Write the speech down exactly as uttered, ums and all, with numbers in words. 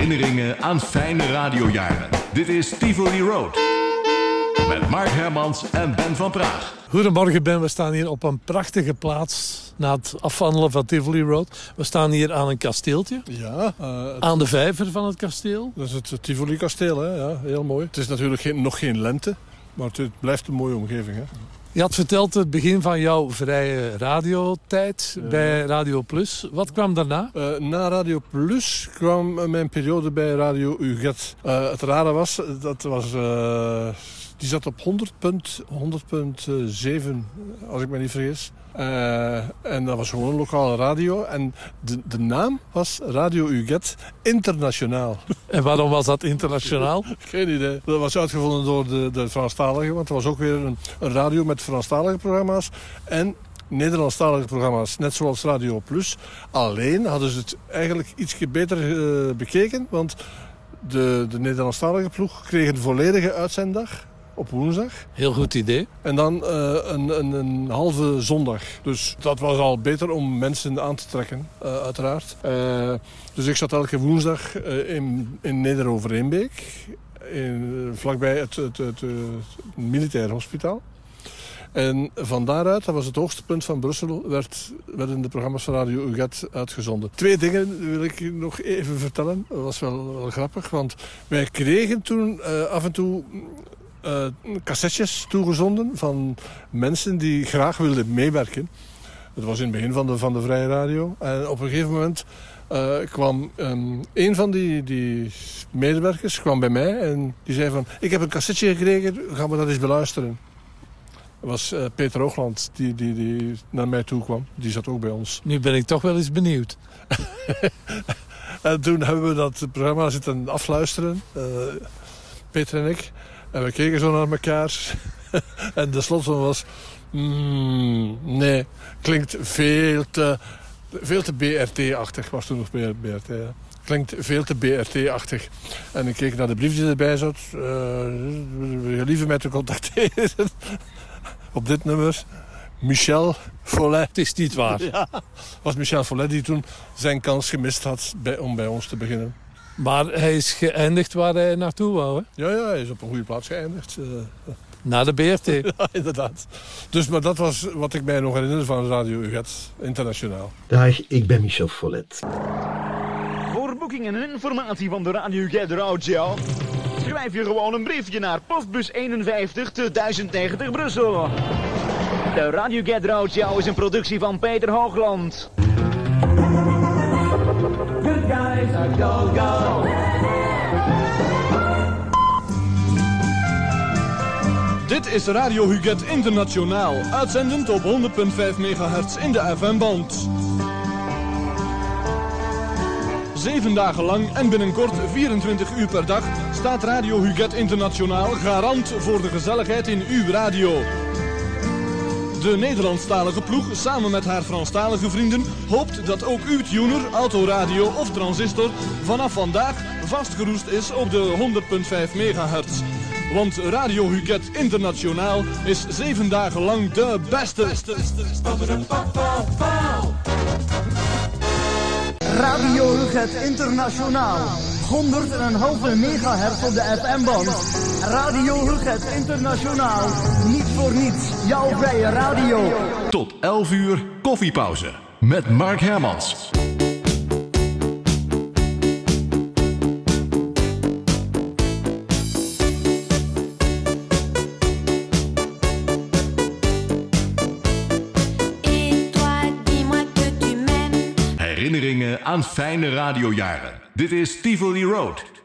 Herinneringen aan fijne radiojaren. Dit is Tivoli Road. Met Mark Hermans en Ben van Praag. Goedemorgen Ben, we staan hier op een prachtige plaats na het afwandelen van Tivoli Road. We staan hier aan een kasteeltje. Ja. Uh, het... Aan de vijver van het kasteel. Dat is het Tivoli kasteel, hè? Ja, heel mooi. Het is natuurlijk geen, nog geen lente, maar het blijft een mooie omgeving, hè? Je had verteld het begin van jouw vrije radiotijd uh, bij Radio Plus. Wat kwam daarna? Uh, na Radio Plus kwam mijn periode bij Radio U G E T. Uh, het rare was, dat was... Uh, die zat op honderd komma zeven, als ik me niet vergis. Uh, en dat was gewoon een lokale radio. En de, de naam was Radio U G E T Internationaal. En waarom was dat internationaal? Geen idee. Dat was uitgevonden door de, de Franstaligen. Want er was ook weer een, een radio met Franstalige programma's. En Nederlandstalige programma's, net zoals Radio Plus. Alleen hadden ze het eigenlijk iets beter uh, bekeken. Want de, de Nederlandstalige ploeg kreeg een volledige uitzenddag. Op woensdag. Heel goed idee. En dan uh, een, een, een halve zondag. Dus dat was al beter om mensen aan te trekken, uh, uiteraard. Uh, dus ik zat elke woensdag uh, in, in Neder-Overeenbeek. In, vlakbij het, het, het, het militair hospitaal. En van daaruit, dat was het hoogste punt van Brussel, werd, werden de programma's van Radio U G E T uitgezonden. Twee dingen wil ik nog even vertellen. Dat was wel, wel grappig, want wij kregen toen uh, af en toe... Uh, cassettes toegezonden van mensen die graag wilden meewerken. Dat was in het begin van de, van de vrije radio. En op een gegeven moment uh, kwam um, een van die, die medewerkers kwam bij mij en die zei van... Ik heb een cassetje gekregen, gaan we dat eens beluisteren. Dat was uh, Peter Hoogland die, die, die naar mij toe kwam. Die zat ook bij ons. Nu ben ik toch wel eens benieuwd. En toen hebben we dat programma zitten afluisteren. Uh, Peter en ik... En we keken zo naar elkaar. En de slotsom was... Mm, nee, klinkt veel te, veel te B R T-achtig. Was toen nog B R T, ja. Klinkt veel te B R T-achtig. En ik keek naar de brief die erbij zat. Uh, wil je liever met te contacteren? Op dit nummer. Michel Follet. Het is niet waar. Ja, was Michel Follet die toen zijn kans gemist had bij, om bij ons te beginnen. Maar hij is geëindigd waar hij naartoe wou, hè? Ja, ja, hij is op een goede plaats geëindigd. Uh, Na de B R T. Ja, inderdaad. Dus, maar dat was wat ik mij nog herinner van Radio U G E T Internationaal. Dag, ik ben Michel Follet. Voor boekingen en informatie van de Radio U G E T Radio... schrijf je gewoon een briefje naar postbus eenenvijftig te duizend negentig Brussel. De Radio U G E T Radio is een productie van Peter Hoogland. Good guys are go, go. Dit is Radio U G E T Internationaal, uitzendend op honderd komma vijf megahertz in de F M-band. Zeven dagen lang en binnenkort vierentwintig uur per dag staat Radio U G E T Internationaal garant voor de gezelligheid in uw radio. De Nederlandstalige ploeg, samen met haar Franstalige vrienden, hoopt dat ook uw tuner, autoradio of transistor vanaf vandaag vastgeroest is op de honderd komma vijf megahertz. Want Radio U G E T Internationaal is zeven dagen lang de beste. Radio U G E T Internationaal. honderd komma vijf megahertz op de F M-band. Radio U G E T Internationaal. Niet voor niets. Jouw vrije radio. Tot elf uur koffiepauze. Met Mark Hermans. Herinneringen aan fijne radiojaren. Dit is Tivoli Road.